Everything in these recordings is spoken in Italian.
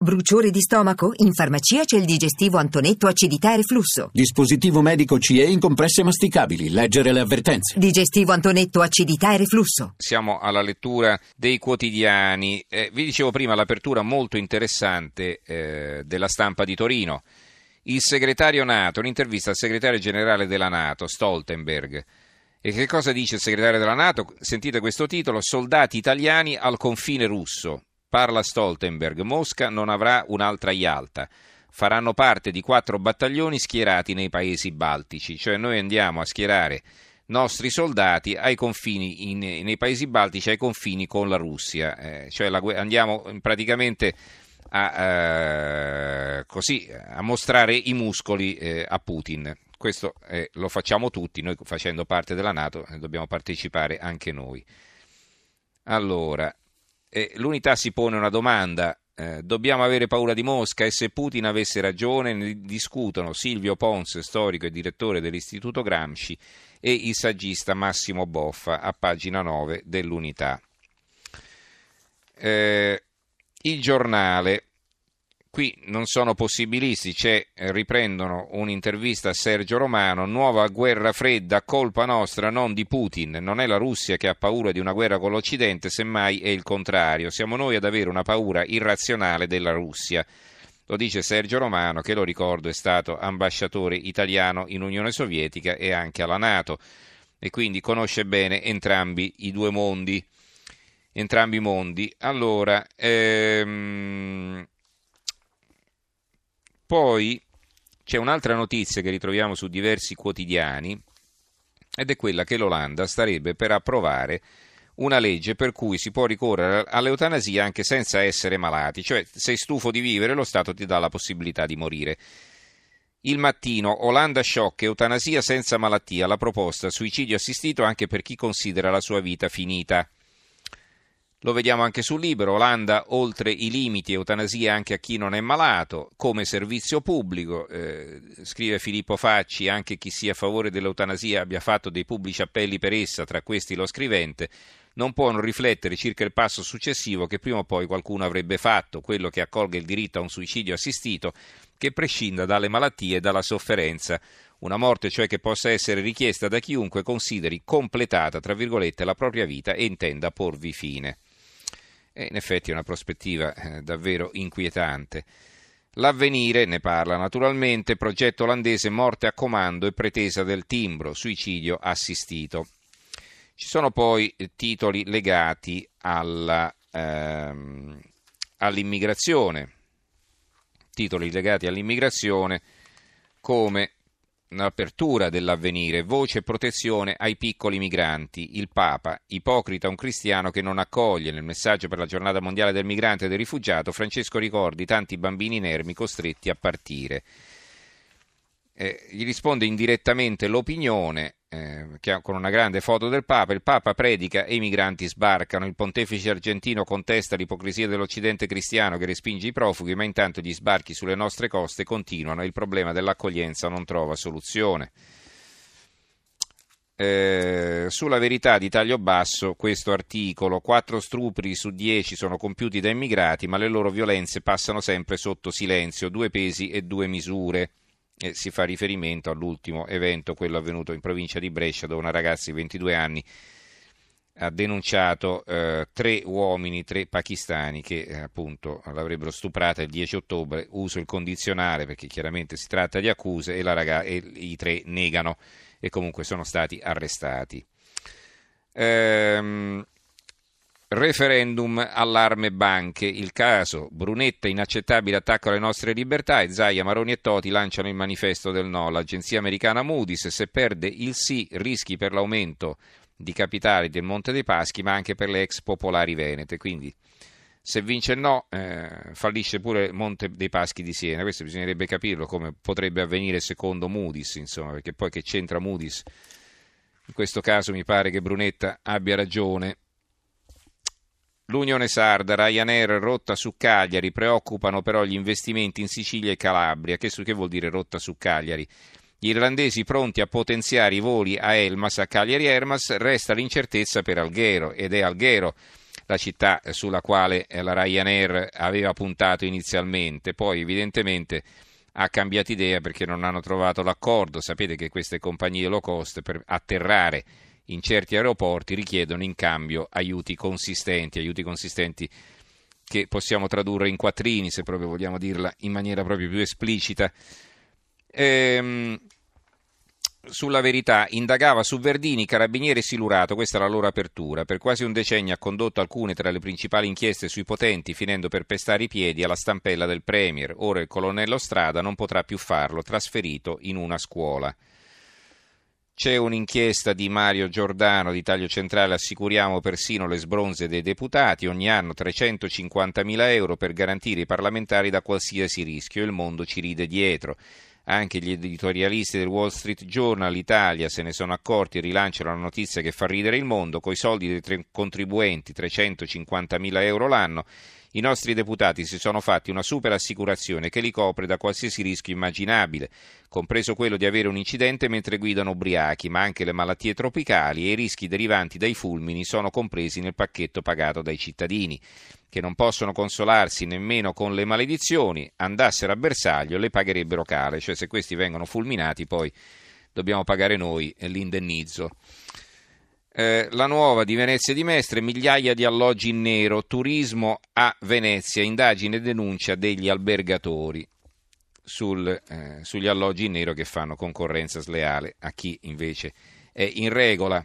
Bruciore di stomaco? In farmacia c'è il digestivo Antonetto acidità e reflusso. Dispositivo medico CE in compresse masticabili. Leggere le avvertenze. Digestivo Antonetto acidità e reflusso. Siamo alla lettura dei quotidiani. Vi dicevo prima l'apertura molto interessante della Stampa di Torino. Il segretario NATO, un'intervista al segretario generale della NATO, Stoltenberg. E che cosa dice il segretario della NATO? Sentite questo titolo: soldati italiani al confine russo. Parla Stoltenberg, Mosca non avrà un'altra Yalta, faranno parte di 4 battaglioni schierati nei paesi baltici, cioè noi andiamo a schierare nostri soldati ai confini nei paesi baltici, ai confini con la Russia, cioè andiamo praticamente a mostrare i muscoli a Putin. Questo lo facciamo tutti, noi facendo parte della NATO dobbiamo partecipare anche noi. Allora, l'Unità si pone una domanda: dobbiamo avere paura di Mosca? E se Putin avesse ragione? Ne discutono Silvio Pons, storico e direttore dell'Istituto Gramsci, e il saggista Massimo Boffa, a pagina 9 dell'Unità. Il Giornale, qui non sono possibilisti, riprendono un'intervista a Sergio Romano: nuova guerra fredda, colpa nostra, non di Putin. Non è la Russia che ha paura di una guerra con l'Occidente, semmai è il contrario. Siamo noi ad avere una paura irrazionale della Russia. Lo dice Sergio Romano, che, lo ricordo, è stato ambasciatore italiano in Unione Sovietica e anche alla NATO, e quindi conosce bene entrambi i mondi. Allora, poi c'è un'altra notizia che ritroviamo su diversi quotidiani, ed è quella che l'Olanda starebbe per approvare una legge per cui si può ricorrere all'eutanasia anche senza essere malati, cioè sei stufo di vivere, lo Stato ti dà la possibilità di morire. Il Mattino: Olanda shock, eutanasia senza malattia, la proposta suicidio assistito anche per chi considera la sua vita finita. Lo vediamo anche sul Libero: Olanda oltre i limiti, eutanasia anche a chi non è malato, come servizio pubblico. Scrive Filippo Facci: anche chi sia a favore dell'eutanasia abbia fatto dei pubblici appelli per essa, tra questi lo scrivente, non può non riflettere circa il passo successivo che prima o poi qualcuno avrebbe fatto, quello che accolga il diritto a un suicidio assistito che prescinda dalle malattie e dalla sofferenza. Una morte, cioè, che possa essere richiesta da chiunque consideri completata, tra virgolette, la propria vita e intenda porvi fine. E in effetti è una prospettiva davvero inquietante. L'Avvenire ne parla naturalmente: progetto olandese, morte a comando e pretesa del timbro, suicidio assistito. Ci sono poi titoli legati all'immigrazione, come l'apertura dell'Avvenire: voce e protezione ai piccoli migranti. Il Papa, ipocrita un cristiano che non accoglie. Nel messaggio per la giornata mondiale del migrante e del rifugiato, Francesco ricordi tanti bambini inermi costretti a partire. Gli risponde indirettamente l'Opinione, con una grande foto del Papa. Il Papa predica e i migranti sbarcano. Il pontefice argentino contesta l'ipocrisia dell'Occidente cristiano che respinge i profughi, ma intanto gli sbarchi sulle nostre coste continuano e il problema dell'accoglienza non trova soluzione. Sulla Verità di taglio basso questo articolo: 4 stupri su 10 sono compiuti da immigrati, ma le loro violenze passano sempre sotto silenzio, 2 pesi e 2 misure. E si fa riferimento all'ultimo evento, quello avvenuto in provincia di Brescia, dove una ragazza di 22 anni ha denunciato 3 uomini, 3 pakistani che appunto l'avrebbero stuprata il 10 ottobre. Uso il condizionale perché chiaramente si tratta di accuse, e i 3 negano e comunque sono stati arrestati. Referendum, allarme banche, il caso Brunetta, inaccettabile attacco alle nostre libertà, e Zaia, Maroni e Toti lanciano il manifesto del no. L'agenzia americana Moody's: se perde il sì, rischi per l'aumento di capitali del Monte dei Paschi, ma anche per le ex popolari venete. Quindi se vince il no, fallisce pure Monte dei Paschi di Siena. Questo bisognerebbe capirlo, come potrebbe avvenire secondo Moody's, insomma, perché poi che c'entra Moody's? In questo caso mi pare che Brunetta abbia ragione. L'Unione Sarda: Ryanair rotta su Cagliari, preoccupano però gli investimenti in Sicilia e Calabria. Che vuol dire rotta su Cagliari? Gli irlandesi pronti a potenziare i voli a Elmas, a Cagliari Hermas, resta l'incertezza per Alghero, ed è Alghero la città sulla quale la Ryanair aveva puntato inizialmente, poi evidentemente ha cambiato idea perché non hanno trovato l'accordo. Sapete che queste compagnie low cost per atterrare in certi aeroporti richiedono in cambio aiuti consistenti che possiamo tradurre in quattrini, se proprio vogliamo dirla in maniera proprio più esplicita. Sulla Verità indagava su Verdini, carabinieri silurato, questa è la loro apertura. Per quasi un decennio ha condotto alcune tra le principali inchieste sui potenti, finendo per pestare i piedi alla stampella del Premier. Ora il colonnello Strada non potrà più farlo, trasferito in una scuola. C'è un'inchiesta di Mario Giordano di Taglio Centrale, assicuriamo persino le sbronze dei deputati, ogni anno 350.000 euro per garantire i parlamentari da qualsiasi rischio, il mondo ci ride dietro. Anche gli editorialisti del Wall Street Journal Italia se ne sono accorti e rilanciano la notizia che fa ridere il mondo. Coi soldi dei contribuenti, 350.000 euro l'anno, i nostri deputati si sono fatti una super assicurazione che li copre da qualsiasi rischio immaginabile, compreso quello di avere un incidente mentre guidano ubriachi, ma anche le malattie tropicali e i rischi derivanti dai fulmini sono compresi nel pacchetto pagato dai cittadini, che non possono consolarsi nemmeno con le maledizioni. Andassero a bersaglio le pagherebbero care, cioè se questi vengono fulminati poi dobbiamo pagare noi l'indennizzo. La Nuova di Venezia di Mestre, migliaia di alloggi in nero, turismo a Venezia, indagine e denuncia degli albergatori sugli alloggi in nero che fanno concorrenza sleale a chi invece è in regola.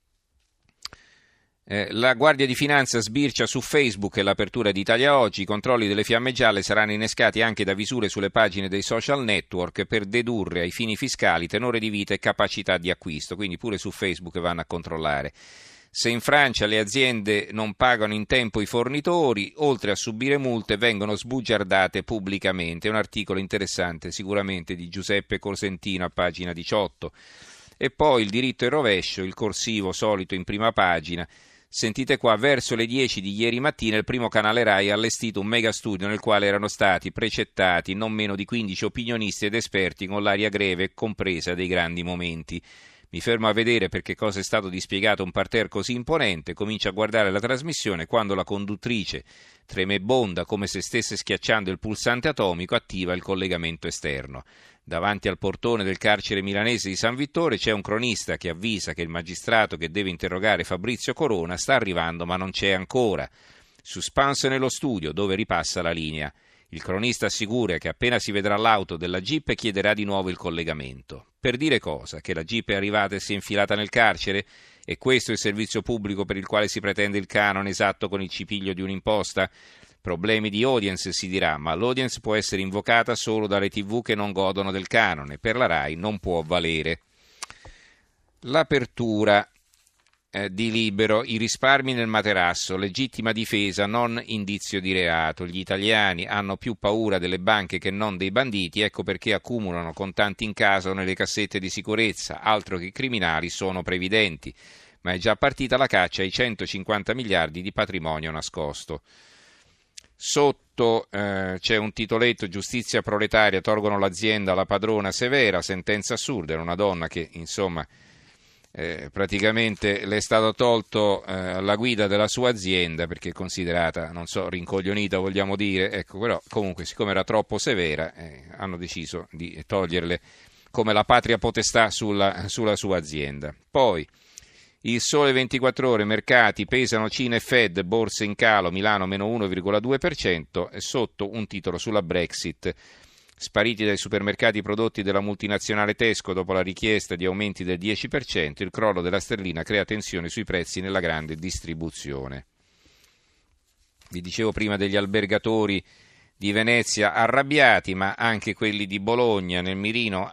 La Guardia di Finanza sbircia su Facebook e l'apertura di Italia Oggi. I controlli delle fiamme gialle saranno innescati anche da visure sulle pagine dei social network per dedurre ai fini fiscali tenore di vita e capacità di acquisto, quindi pure su Facebook vanno a controllare. Se in Francia le aziende non pagano in tempo i fornitori, oltre a subire multe, vengono sbugiardate pubblicamente. È un articolo interessante sicuramente di Giuseppe Cosentino a pagina 18. E poi il diritto e il rovescio, il corsivo solito in prima pagina. Sentite qua, verso le 10 di ieri mattina il primo canale Rai ha allestito un mega studio nel quale erano stati precettati non meno di 15 opinionisti ed esperti con l'aria greve e compresa dei grandi momenti. Mi fermo a vedere perché cosa è stato dispiegato un parterre così imponente, comincio a guardare la trasmissione quando la conduttrice, tremebonda come se stesse schiacciando il pulsante atomico, attiva il collegamento esterno. Davanti al portone del carcere milanese di San Vittore c'è un cronista che avvisa che il magistrato che deve interrogare Fabrizio Corona sta arrivando ma non c'è ancora. Suspense nello studio dove ripassa la linea. Il cronista assicura che appena si vedrà l'auto della Jeep chiederà di nuovo il collegamento. Per dire cosa? Che la Jeep è arrivata e si è infilata nel carcere? E questo è il servizio pubblico per il quale si pretende il canone esatto con il cipiglio di un'imposta? Problemi di audience si dirà, ma l'audience può essere invocata solo dalle TV che non godono del canone, per la Rai non può valere. L'apertura di Libero, i risparmi nel materasso, legittima difesa, non indizio di reato. Gli italiani hanno più paura delle banche che non dei banditi, ecco perché accumulano contanti in casa o nelle cassette di sicurezza, altro che criminali sono previdenti. Ma è già partita la caccia ai 150 miliardi di patrimonio nascosto. Sotto c'è un titoletto, giustizia proletaria, tolgono l'azienda alla padrona Severa, sentenza assurda, era una donna che insomma praticamente le è stato tolto la guida della sua azienda perché è considerata, non so, rincoglionita vogliamo dire, ecco, però comunque siccome era troppo severa hanno deciso di toglierle come la patria potestà sulla sua azienda. Poi Il Sole 24 Ore, mercati, pesano Cina e Fed, borse in calo, Milano meno 1,2%, e sotto un titolo sulla Brexit. Spariti dai supermercati i prodotti della multinazionale Tesco dopo la richiesta di aumenti del 10%, il crollo della sterlina crea tensione sui prezzi nella grande distribuzione. Vi dicevo prima degli albergatori di Venezia arrabbiati, ma anche quelli di Bologna, nel mirino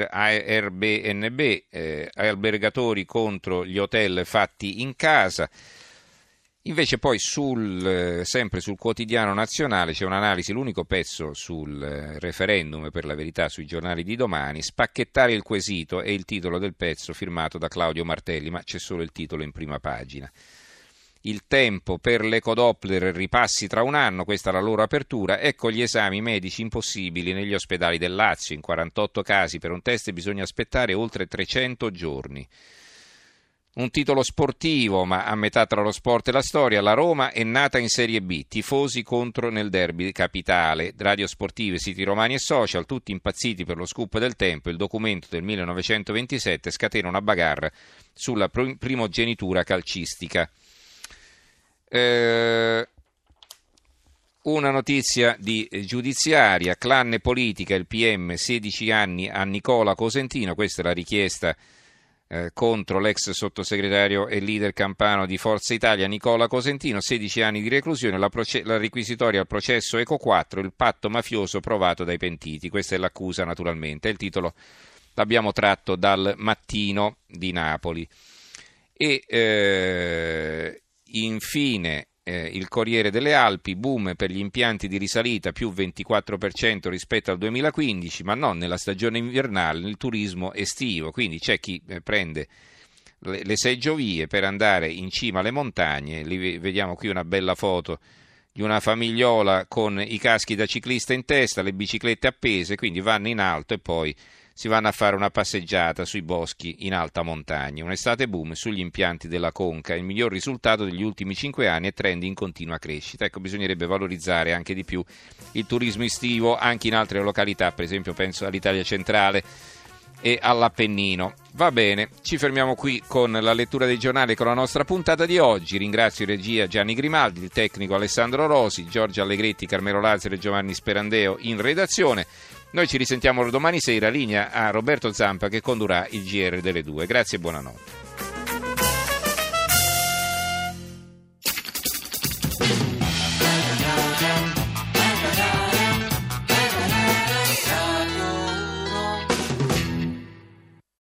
Airbnb, albergatori contro gli hotel fatti in casa. Invece poi sempre sul Quotidiano Nazionale c'è un'analisi, l'unico pezzo sul referendum per la verità sui giornali di domani, spacchettare il quesito è il titolo del pezzo firmato da Claudio Martelli, ma c'è solo il titolo in prima pagina. Il Tempo, per l'ecodoppler ripassi tra un anno, questa è la loro apertura, ecco gli esami medici impossibili negli ospedali del Lazio, in 48 casi per un test bisogna aspettare oltre 300 giorni. Un titolo sportivo, ma a metà tra lo sport e la storia. La Roma è nata in Serie B, tifosi contro nel derby capitale. Radio sportive, siti romani e social, tutti impazziti per lo scoop del tempo. Il documento del 1927 scatena una bagarre sulla primogenitura calcistica. Una notizia di giudiziaria, clan e politica, il PM 16 anni a Nicola Cosentino, questa è la richiesta contro l'ex sottosegretario e leader campano di Forza Italia Nicola Cosentino, 16 anni di reclusione, la requisitoria al processo Eco 4, il patto mafioso provato dai pentiti, questa è l'accusa naturalmente, il titolo l'abbiamo tratto dal Mattino di Napoli. E infine il Corriere delle Alpi, boom per gli impianti di risalita, più 24% rispetto al 2015, ma non nella stagione invernale, nel turismo estivo, quindi c'è chi prende le seggiovie per andare in cima alle montagne. Vediamo qui una bella foto di una famigliola con i caschi da ciclista in testa, le biciclette appese, quindi vanno in alto e poi si vanno a fare una passeggiata sui boschi in alta montagna. Un'estate boom sugli impianti della Conca, il miglior risultato degli ultimi 5 anni e trend in continua crescita. Ecco, bisognerebbe valorizzare anche di più il turismo estivo anche in altre località, per esempio penso all'Italia centrale e all'Appennino. Va bene, ci fermiamo qui con la lettura dei giornali, con la nostra puntata di oggi. Ringrazio in regia Gianni Grimaldi, il tecnico Alessandro Rosi, Giorgio Allegretti, Carmelo Lazzaro e Giovanni Sperandeo in redazione. Noi ci risentiamo domani sera, linea a Roberto Zampa che condurrà il GR delle 2. Grazie e buonanotte.